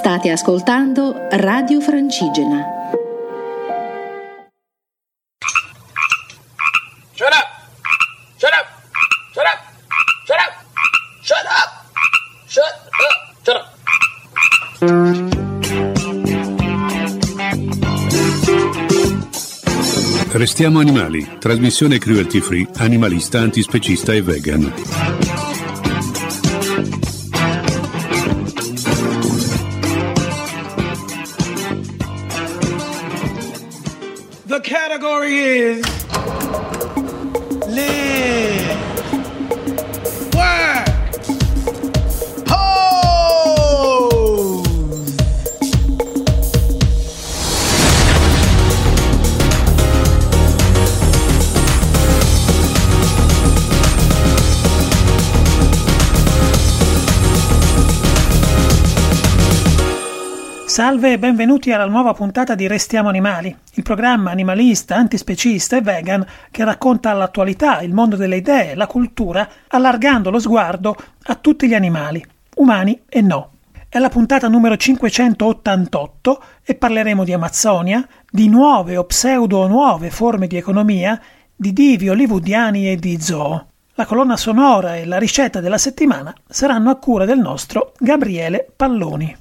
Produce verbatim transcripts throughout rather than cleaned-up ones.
State ascoltando Radio Francigena. Shut up! Shut up! Shut up! Shut up! Shut up! Shut up! Restiamo animali, trasmissione cruelty free, animalista, antispecista e vegan. The category is live, work, pose. Salve e benvenuti alla nuova puntata di Restiamo Animali, il programma animalista, antispecista e vegan che racconta l'attualità, il mondo delle idee, la cultura, allargando lo sguardo a tutti gli animali, umani e no. È la puntata numero cinquecentottantotto e parleremo di Amazzonia, di nuove o pseudo-nuove forme di economia, di divi hollywoodiani e di zoo. La colonna sonora e la ricetta della settimana saranno a cura del nostro Gabriele Palloni.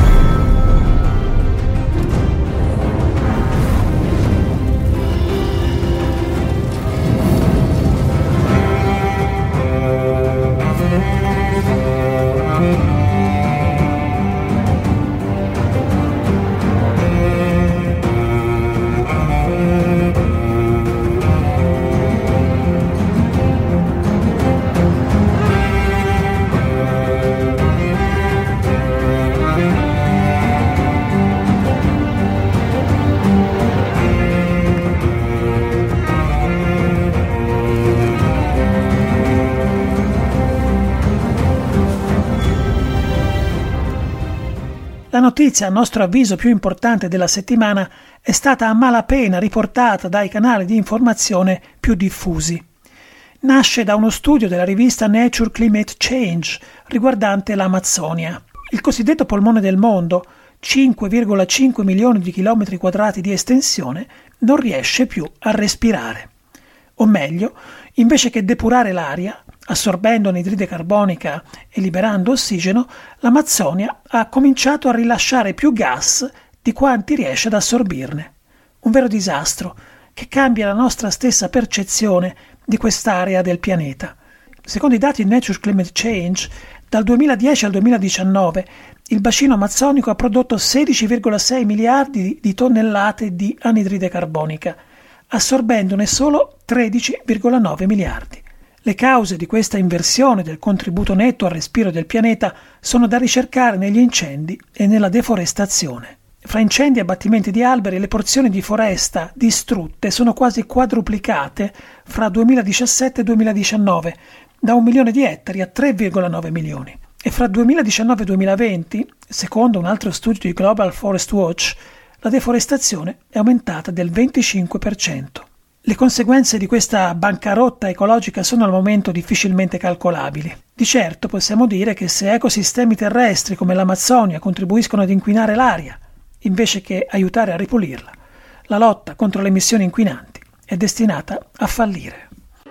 La notizia, a nostro avviso, più importante della settimana è stata a malapena riportata dai canali di informazione più diffusi. Nasce da uno studio della rivista Nature Climate Change riguardante l'Amazzonia. Il cosiddetto polmone del mondo, cinque virgola cinque milioni di chilometri quadrati di estensione, non riesce più a respirare. O meglio, invece che depurare l'aria, assorbendo anidride carbonica e liberando ossigeno, l'Amazzonia ha cominciato a rilasciare più gas di quanti riesce ad assorbirne. Un vero disastro che cambia la nostra stessa percezione di quest'area del pianeta. Secondo i dati di Nature Climate Change, dal duemiladieci al duemiladiciannove il bacino amazzonico ha prodotto sedici virgola sei miliardi di tonnellate di anidride carbonica, assorbendone solo tredici virgola nove miliardi. Le cause di questa inversione del contributo netto al respiro del pianeta sono da ricercare negli incendi e nella deforestazione. Fra incendi e abbattimenti di alberi, le porzioni di foresta distrutte sono quasi quadruplicate fra duemiladiciassette e duemiladiciannove, da un milione di ettari a tre virgola nove milioni. E fra duemiladiciannove e duemilaventi, secondo un altro studio di Global Forest Watch, la deforestazione è aumentata del venticinque per cento. Le conseguenze di questa bancarotta ecologica sono al momento difficilmente calcolabili. Di certo possiamo dire che se ecosistemi terrestri come l'Amazzonia contribuiscono ad inquinare l'aria, invece che aiutare a ripulirla, la lotta contro le emissioni inquinanti è destinata a fallire.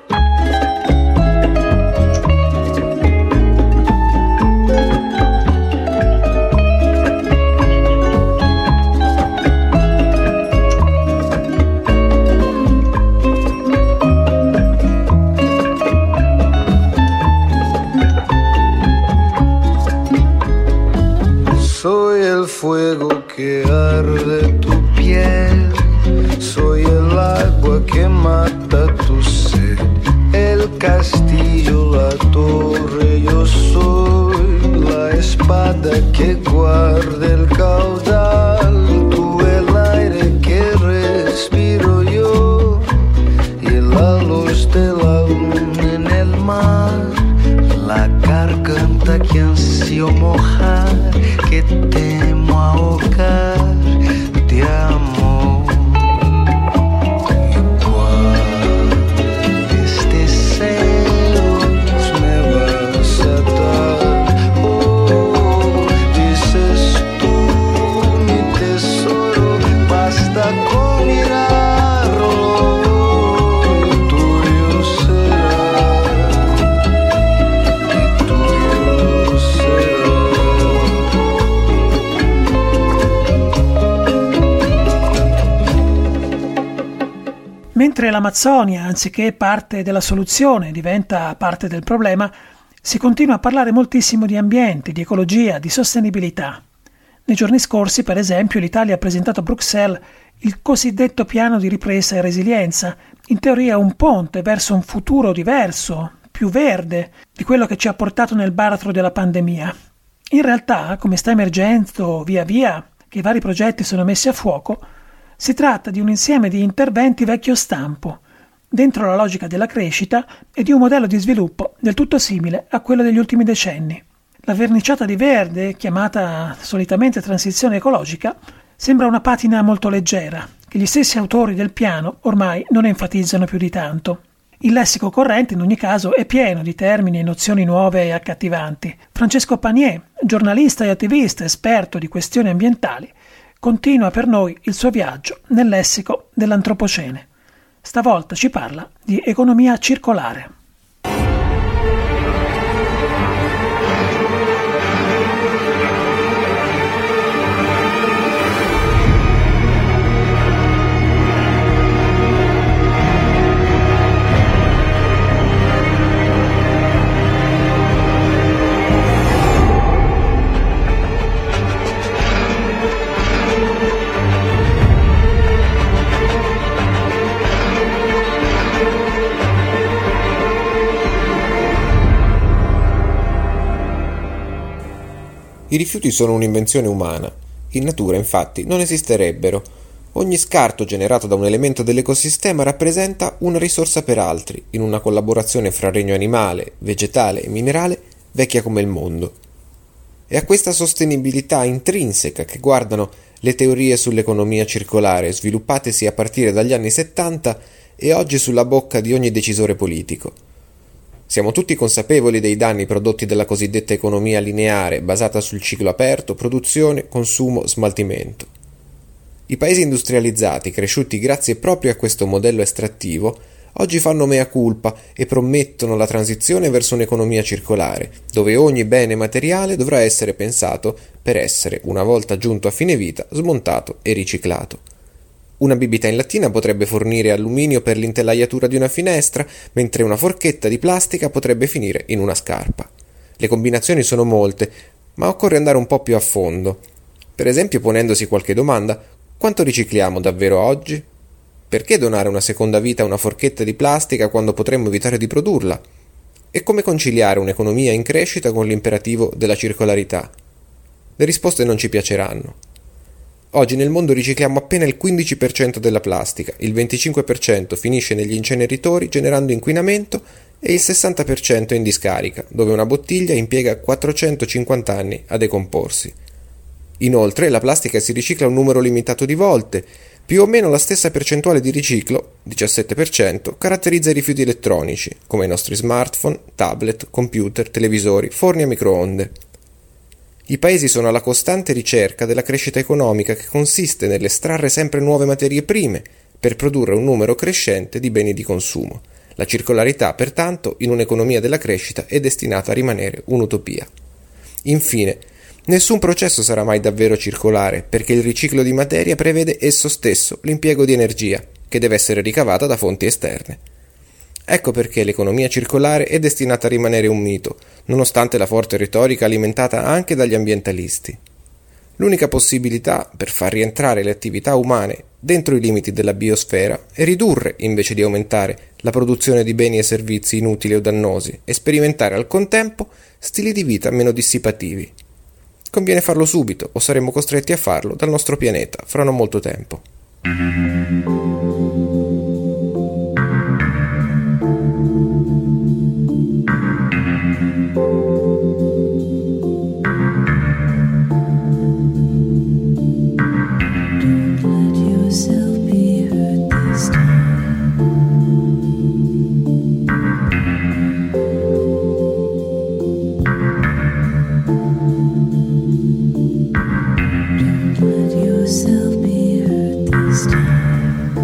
Soy el fuego que arde tu piel, soy el agua que mata tu sed, el castillo, la torre, yo soy la espada que guarda el caudal, tú el aire que respiro yo y la luz de la luna en el mar, la garganta que ansio mojar, que temo ahogar de amor. Y cuáles deseos me vas a dar, oh, dices tú. Mentre l'Amazzonia, anziché parte della soluzione, diventa parte del problema, si continua a parlare moltissimo di ambiente, di ecologia, di sostenibilità. Nei giorni scorsi, per esempio, l'Italia ha presentato a Bruxelles il cosiddetto piano di ripresa e resilienza, in teoria un ponte verso un futuro diverso, più verde, di quello che ci ha portato nel baratro della pandemia. In realtà, come sta emergendo via via che i vari progetti sono messi a fuoco, si tratta di un insieme di interventi vecchio stampo, dentro la logica della crescita e di un modello di sviluppo del tutto simile a quello degli ultimi decenni. La verniciata di verde, chiamata solitamente transizione ecologica, sembra una patina molto leggera, che gli stessi autori del piano ormai non enfatizzano più di tanto. Il lessico corrente, in ogni caso, è pieno di termini e nozioni nuove e accattivanti. Francesco Panier, giornalista e attivista esperto di questioni ambientali, continua per noi il suo viaggio nel lessico dell'antropocene. Stavolta ci parla di economia circolare. I rifiuti sono un'invenzione umana. In natura, infatti, non esisterebbero. Ogni scarto generato da un elemento dell'ecosistema rappresenta una risorsa per altri, in una collaborazione fra regno animale, vegetale e minerale vecchia come il mondo. È a questa sostenibilità intrinseca che guardano le teorie sull'economia circolare, sviluppatesi a partire dagli anni settanta e oggi sulla bocca di ogni decisore politico. Siamo tutti consapevoli dei danni prodotti dalla cosiddetta economia lineare, basata sul ciclo aperto, produzione, consumo, smaltimento. I paesi industrializzati, cresciuti grazie proprio a questo modello estrattivo, oggi fanno mea culpa e promettono la transizione verso un'economia circolare, dove ogni bene materiale dovrà essere pensato per essere, una volta giunto a fine vita, smontato e riciclato. Una bibita in lattina potrebbe fornire alluminio per l'intelaiatura di una finestra, mentre una forchetta di plastica potrebbe finire in una scarpa. Le combinazioni sono molte, ma occorre andare un po' più a fondo. Per esempio ponendosi qualche domanda: quanto ricicliamo davvero oggi? Perché donare una seconda vita a una forchetta di plastica quando potremmo evitare di produrla? E come conciliare un'economia in crescita con l'imperativo della circolarità? Le risposte non ci piaceranno. Oggi nel mondo ricicliamo appena il quindici per cento della plastica, il venticinque per cento finisce negli inceneritori generando inquinamento e il sessanta per cento in discarica, dove una bottiglia impiega quattrocentocinquanta anni a decomporsi. Inoltre la plastica si ricicla un numero limitato di volte, più o meno la stessa percentuale di riciclo, diciassette per cento, caratterizza i rifiuti elettronici, come i nostri smartphone, tablet, computer, televisori, forni a microonde. I paesi sono alla costante ricerca della crescita economica che consiste nell'estrarre sempre nuove materie prime per produrre un numero crescente di beni di consumo. La circolarità, pertanto, in un'economia della crescita è destinata a rimanere un'utopia. Infine, nessun processo sarà mai davvero circolare perché il riciclo di materia prevede esso stesso l'impiego di energia, che deve essere ricavata da fonti esterne. Ecco perché l'economia circolare è destinata a rimanere un mito, nonostante la forte retorica alimentata anche dagli ambientalisti. L'unica possibilità per far rientrare le attività umane dentro i limiti della biosfera è ridurre, invece di aumentare, la produzione di beni e servizi inutili o dannosi e sperimentare al contempo stili di vita meno dissipativi. Conviene farlo subito o saremo costretti a farlo dal nostro pianeta fra non molto tempo. Yourself be hurt this time.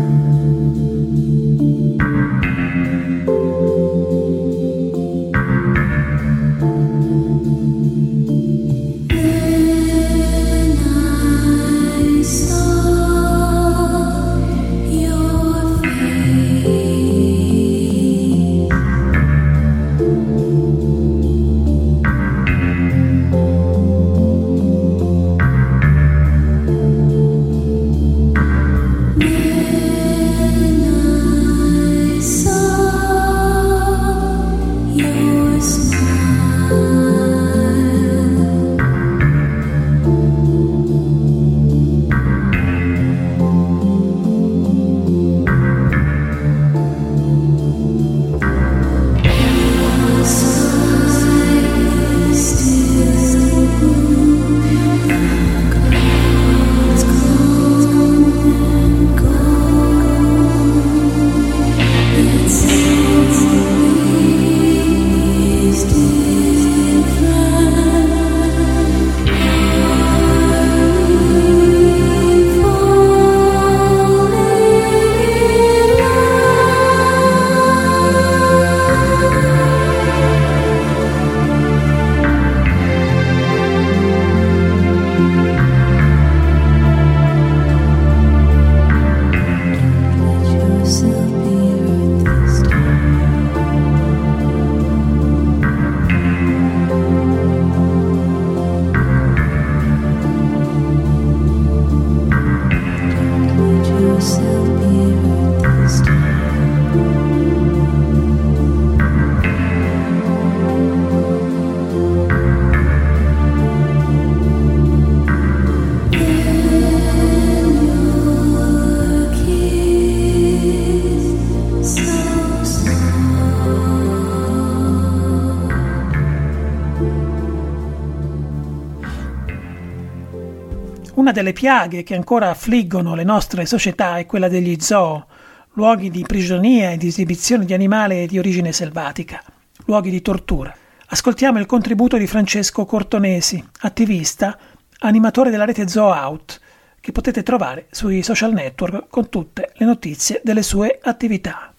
Una delle piaghe che ancora affliggono le nostre società è quella degli zoo, luoghi di prigionia e di esibizione di animali di origine selvatica, luoghi di tortura. Ascoltiamo il contributo di Francesco Cortonesi, attivista, animatore della rete Zoo Out, che potete trovare sui social network con tutte le notizie delle sue attività.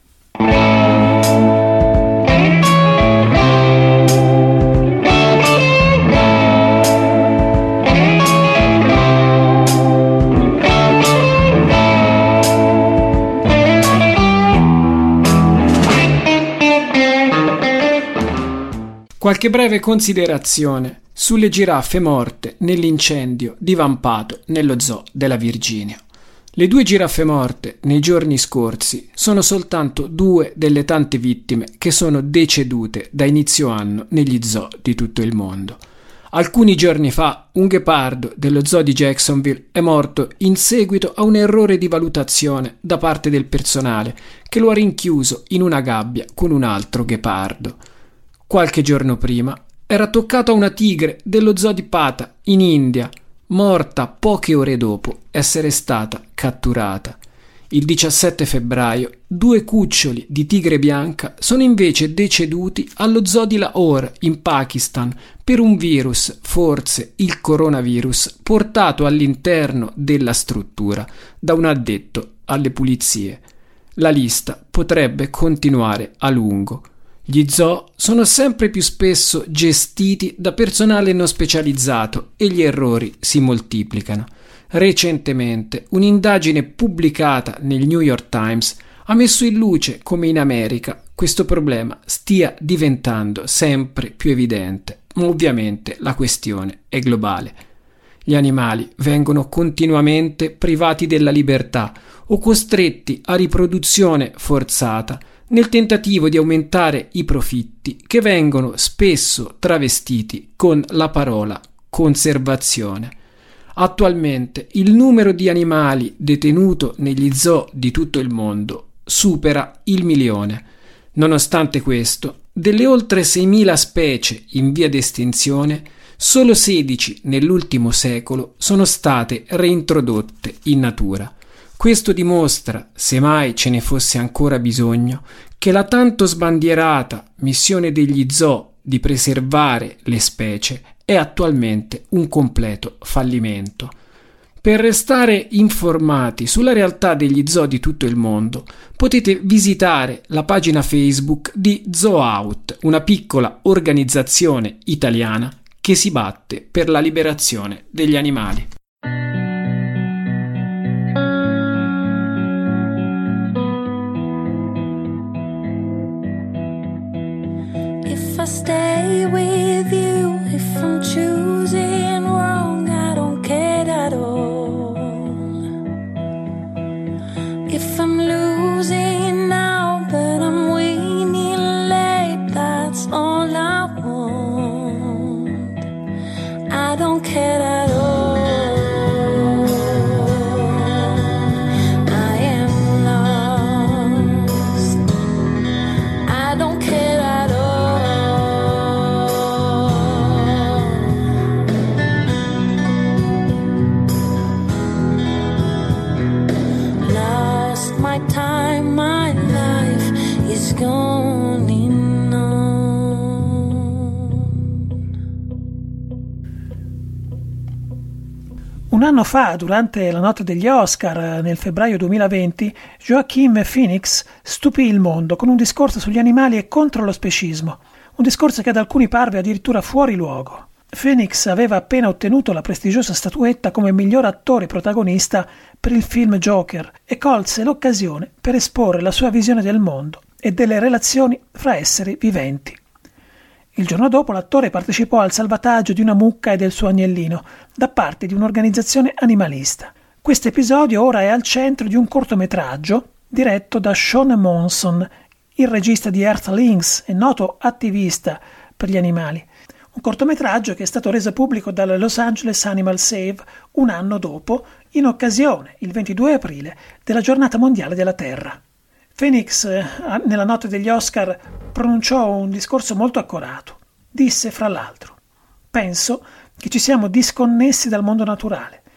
Qualche breve considerazione sulle giraffe morte nell'incendio divampato nello zoo della Virginia. Le due giraffe morte nei giorni scorsi sono soltanto due delle tante vittime che sono decedute da inizio anno negli zoo di tutto il mondo. Alcuni giorni fa un ghepardo dello zoo di Jacksonville è morto in seguito a un errore di valutazione da parte del personale che lo ha rinchiuso in una gabbia con un altro ghepardo. Qualche giorno prima era toccato a una tigre dello zoo di Pata, in India, morta poche ore dopo essere stata catturata. Il diciassette febbraio due cuccioli di tigre bianca sono invece deceduti allo zoo di Lahore, in Pakistan, per un virus, forse il coronavirus, portato all'interno della struttura da un addetto alle pulizie. La lista potrebbe continuare a lungo. Gli zoo sono sempre più spesso gestiti da personale non specializzato e gli errori si moltiplicano. Recentemente un'indagine pubblicata nel New York Times ha messo in luce come in America questo problema stia diventando sempre più evidente, ma ovviamente la questione è globale. Gli animali vengono continuamente privati della libertà o costretti a riproduzione forzata nel tentativo di aumentare i profitti che vengono spesso travestiti con la parola conservazione. Attualmente il numero di animali detenuto negli zoo di tutto il mondo supera il milione. Nonostante questo, delle oltre seimila specie in via d'estinzione, solo sedici nell'ultimo secolo sono state reintrodotte in natura. Questo dimostra, se mai ce ne fosse ancora bisogno, che la tanto sbandierata missione degli zoo di preservare le specie è attualmente un completo fallimento. Per restare informati sulla realtà degli zoo di tutto il mondo, potete visitare la pagina Facebook di Zoo Out, una piccola organizzazione italiana che si batte per la liberazione degli animali. If I stay with you, if I'm choosing wrong, I don't care at all. If I'm losing now, but I'm winning late, that's all I want. I don't care at all. Un anno fa, durante la notte degli Oscar, nel febbraio duemilaventi, Joaquin Phoenix stupì il mondo con un discorso sugli animali e contro lo specismo, un discorso che ad alcuni parve addirittura fuori luogo. Phoenix aveva appena ottenuto la prestigiosa statuetta come miglior attore protagonista per il film Joker e colse l'occasione per esporre la sua visione del mondo e delle relazioni fra esseri viventi. Il giorno dopo l'attore partecipò al salvataggio di una mucca e del suo agnellino da parte di un'organizzazione animalista. Questo episodio ora è al centro di un cortometraggio diretto da Sean Monson, il regista di Earthlings e noto attivista per gli animali. Un cortometraggio che è stato reso pubblico dalla Los Angeles Animal Save un anno dopo, in occasione, il ventidue aprile, della Giornata Mondiale della Terra. Phoenix, nella notte degli Oscar, pronunciò un discorso molto accorato. Disse, fra l'altro: «Penso che ci siamo disconnessi dal mondo naturale.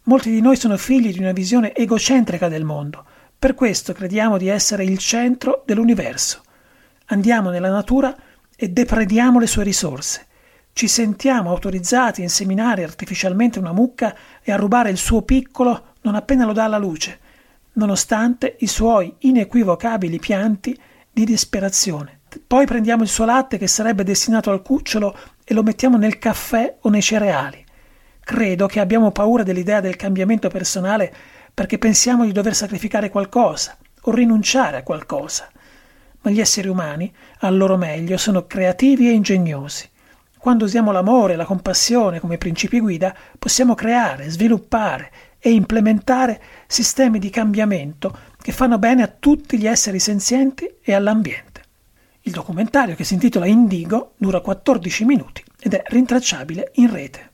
Molti di noi sono figli di una visione egocentrica del mondo. Per questo crediamo di essere il centro dell'universo. Andiamo nella natura e deprediamo le sue risorse. Ci sentiamo autorizzati a inseminare artificialmente una mucca e a rubare il suo piccolo non appena lo dà alla luce, nonostante i suoi inequivocabili pianti di disperazione. Poi prendiamo il suo latte che sarebbe destinato al cucciolo e lo mettiamo nel caffè o nei cereali. Credo che abbiamo paura dell'idea del cambiamento personale perché pensiamo di dover sacrificare qualcosa o rinunciare a qualcosa. Ma gli esseri umani, al loro meglio, sono creativi e ingegnosi. Quando usiamo l'amore e la compassione come principi guida, possiamo creare, sviluppare e implementare sistemi di cambiamento che fanno bene a tutti gli esseri senzienti e all'ambiente. Il documentario, che si intitola Indigo, dura quattordici minuti ed è rintracciabile in rete.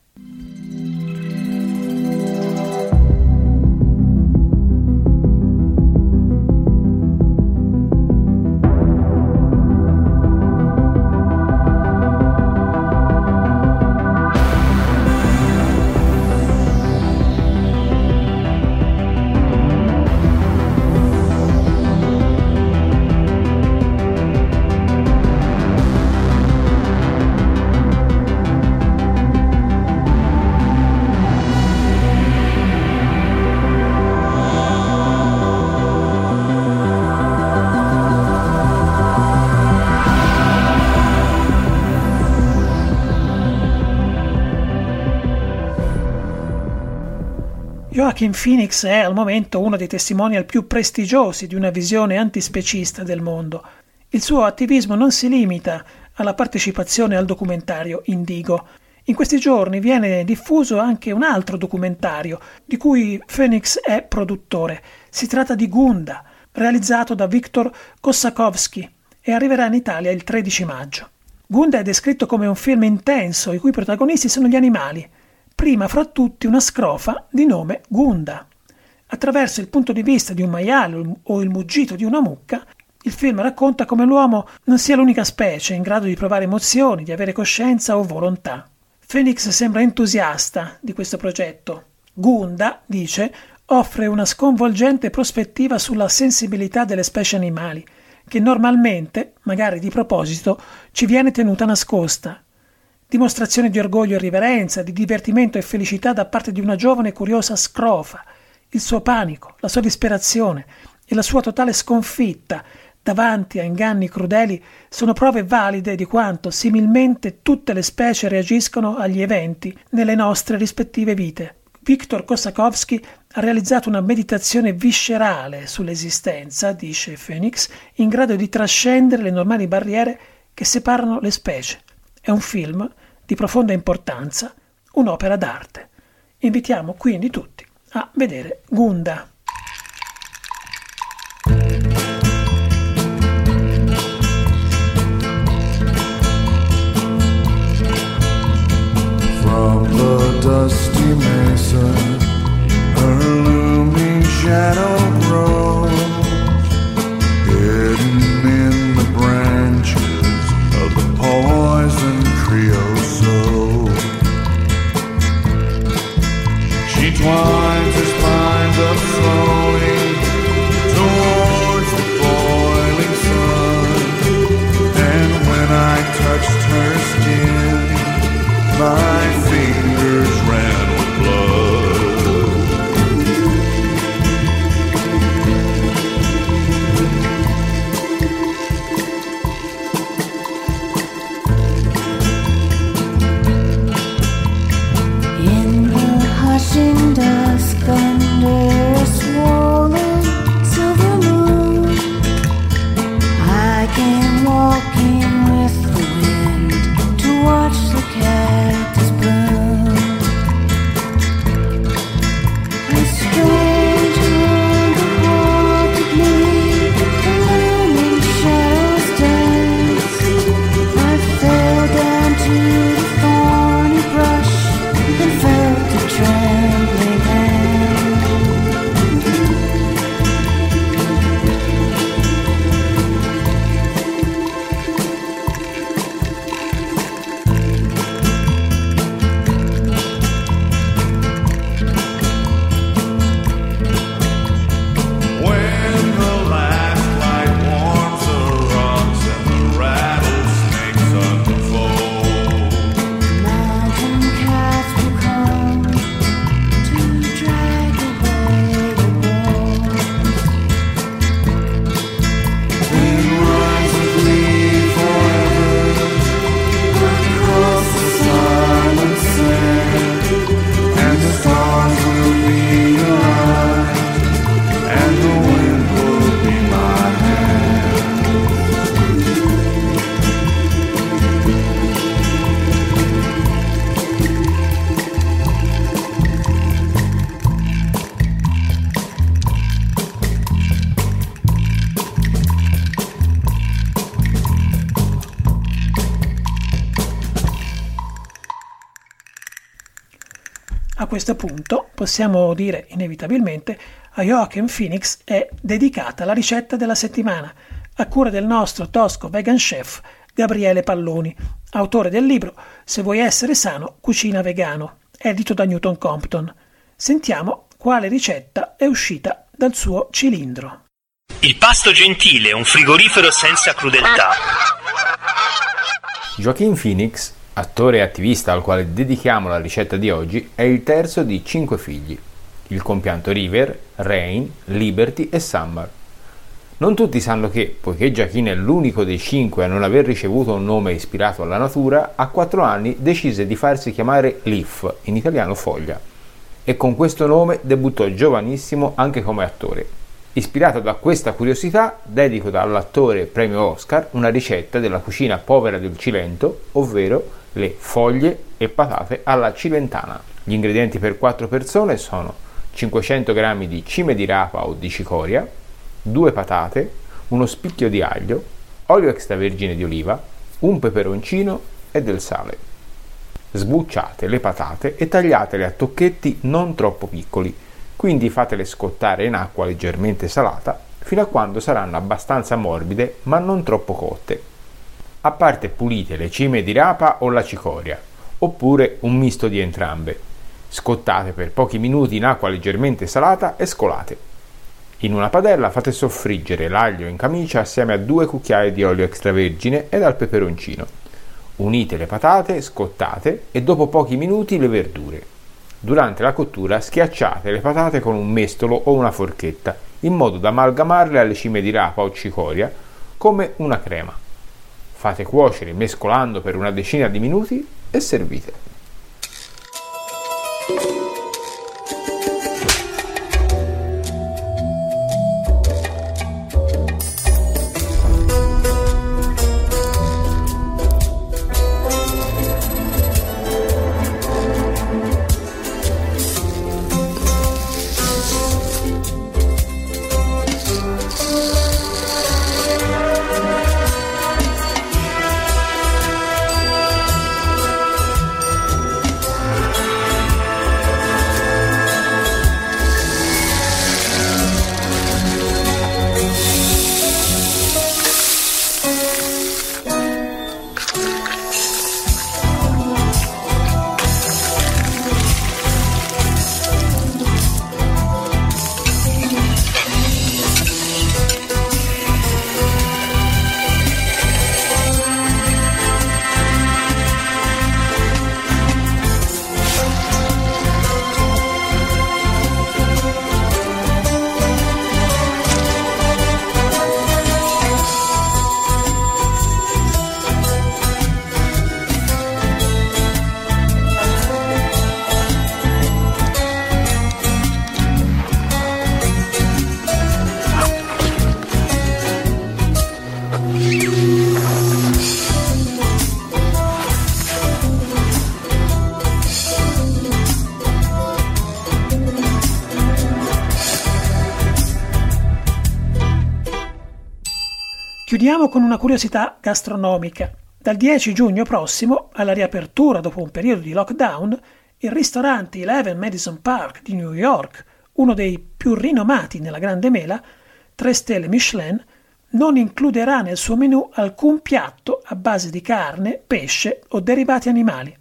Joaquin Phoenix è al momento uno dei testimonial più prestigiosi di una visione antispecista del mondo. Il suo attivismo non si limita alla partecipazione al documentario Indigo. In questi giorni viene diffuso anche un altro documentario di cui Phoenix è produttore. Si tratta di Gunda, realizzato da Viktor Kossakovsky e arriverà in Italia il tredici maggio. Gunda è descritto come un film intenso i cui protagonisti sono gli animali. Prima fra tutti una scrofa di nome Gunda. Attraverso il punto di vista di un maiale o il muggito di una mucca, il film racconta come l'uomo non sia l'unica specie in grado di provare emozioni, di avere coscienza o volontà. Phoenix sembra entusiasta di questo progetto. Gunda, dice, offre una sconvolgente prospettiva sulla sensibilità delle specie animali, che normalmente, magari di proposito, ci viene tenuta nascosta. Dimostrazione di orgoglio e riverenza, di divertimento e felicità da parte di una giovane e curiosa scrofa, il suo panico, la sua disperazione e la sua totale sconfitta davanti a inganni crudeli sono prove valide di quanto similmente tutte le specie reagiscono agli eventi nelle nostre rispettive vite. Viktor Kossakovsky ha realizzato una meditazione viscerale sull'esistenza, dice Phoenix, in grado di trascendere le normali barriere che separano le specie. È un film di profonda importanza, un'opera d'arte. Invitiamo quindi tutti a vedere Gunda. From the dusty mesa, her looming shadow grows, hidden in the branches of the poison creosote. She twines her spines up slowly towards the boiling sun, and when I touched her skin, my fingers ran with blood. In the hushing dusk under a swollen silver moon, I came walking with the wind to watch the cactus bloom. A questo punto possiamo dire inevitabilmente a Joachim Phoenix è dedicata la ricetta della settimana, a cura del nostro tosco vegan chef Gabriele Palloni, autore del libro Se vuoi essere sano, cucina vegano, edito da Newton Compton. Sentiamo quale ricetta è uscita dal suo cilindro. Il pasto gentile, un frigorifero senza crudeltà. Joaquin Phoenix, attore e attivista al quale dedichiamo la ricetta di oggi, è il terzo di cinque figli, il compianto River, Rain, Liberty e Summer. Non tutti sanno che, poiché Joaquin è l'unico dei cinque a non aver ricevuto un nome ispirato alla natura, a quattro anni decise di farsi chiamare Leaf, in italiano foglia, e con questo nome debuttò giovanissimo anche come attore. Ispirato da questa curiosità, dedico all'attore premio Oscar una ricetta della cucina povera del Cilento, ovvero le foglie e patate alla cilentana. Gli ingredienti per quattro persone sono cinquecento grammi di cime di rapa o di cicoria, due patate, uno spicchio di aglio, olio extravergine di oliva, un peperoncino e del sale. Sbucciate le patate e tagliatele a tocchetti non troppo piccoli, quindi fatele scottare in acqua leggermente salata fino a quando saranno abbastanza morbide ma non troppo cotte. A parte pulite le cime di rapa o la cicoria, oppure un misto di entrambe. Scottate per pochi minuti in acqua leggermente salata e scolate. In una padella fate soffriggere l'aglio in camicia assieme a due cucchiai di olio extravergine ed al peperoncino. Unite le patate, scottate e dopo pochi minuti le verdure. Durante la cottura schiacciate le patate con un mestolo o una forchetta, in modo da amalgamarle alle cime di rapa o cicoria come una crema. Fate cuocere mescolando per una decina di minuti e servite. Chiudiamo con una curiosità gastronomica. Dal dieci giugno prossimo, alla riapertura dopo un periodo di lockdown, il ristorante Eleven Madison Park di New York, uno dei più rinomati nella Grande Mela, tre stelle Michelin, non includerà nel suo menù alcun piatto a base di carne, pesce o derivati animali.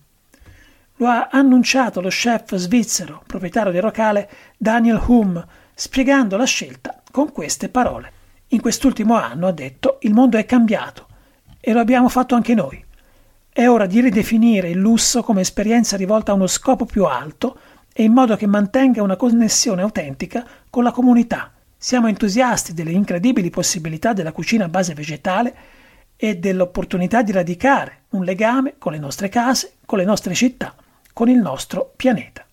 Lo ha annunciato lo chef svizzero, proprietario del locale Daniel Humm, spiegando la scelta con queste parole. In quest'ultimo anno, ha detto, il mondo è cambiato e lo abbiamo fatto anche noi. È ora di ridefinire il lusso come esperienza rivolta a uno scopo più alto e in modo che mantenga una connessione autentica con la comunità. Siamo entusiasti delle incredibili possibilità della cucina a base vegetale e dell'opportunità di radicare un legame con le nostre case, con le nostre città, con il nostro pianeta.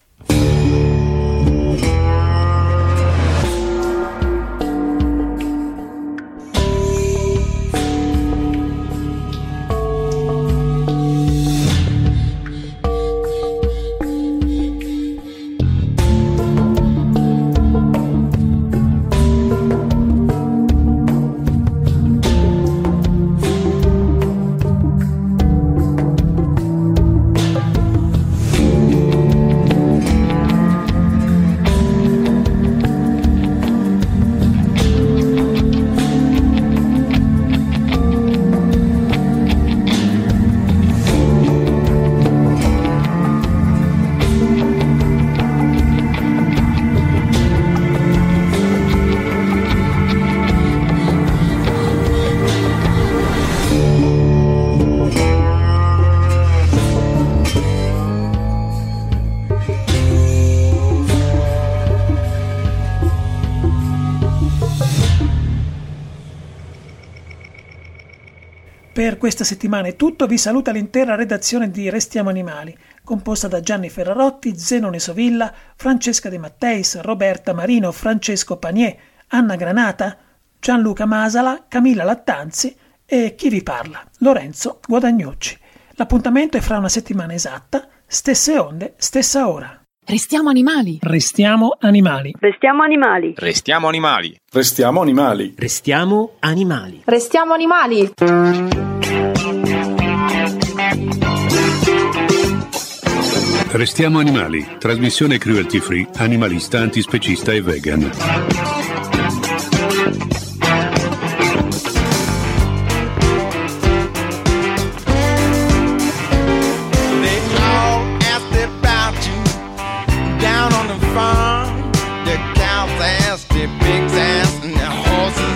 Per questa settimana è tutto, vi saluta l'intera redazione di Restiamo Animali, composta da Gianni Ferrarotti, Zenone Sovilla, Francesca De Matteis, Roberta Marino, Francesco Panier, Anna Granata, Gianluca Masala, Camilla Lattanzi e chi vi parla, Lorenzo Guadagnucci. L'appuntamento è fra una settimana esatta, stesse onde, stessa ora. Restiamo animali. Restiamo animali. Restiamo animali. Restiamo animali. Restiamo animali. Restiamo animali. Restiamo animali. Restiamo animali. Trasmissione cruelty free, animalista, antispecista e vegan. Down on the farm, the cows asked, the pigs asked, and the horses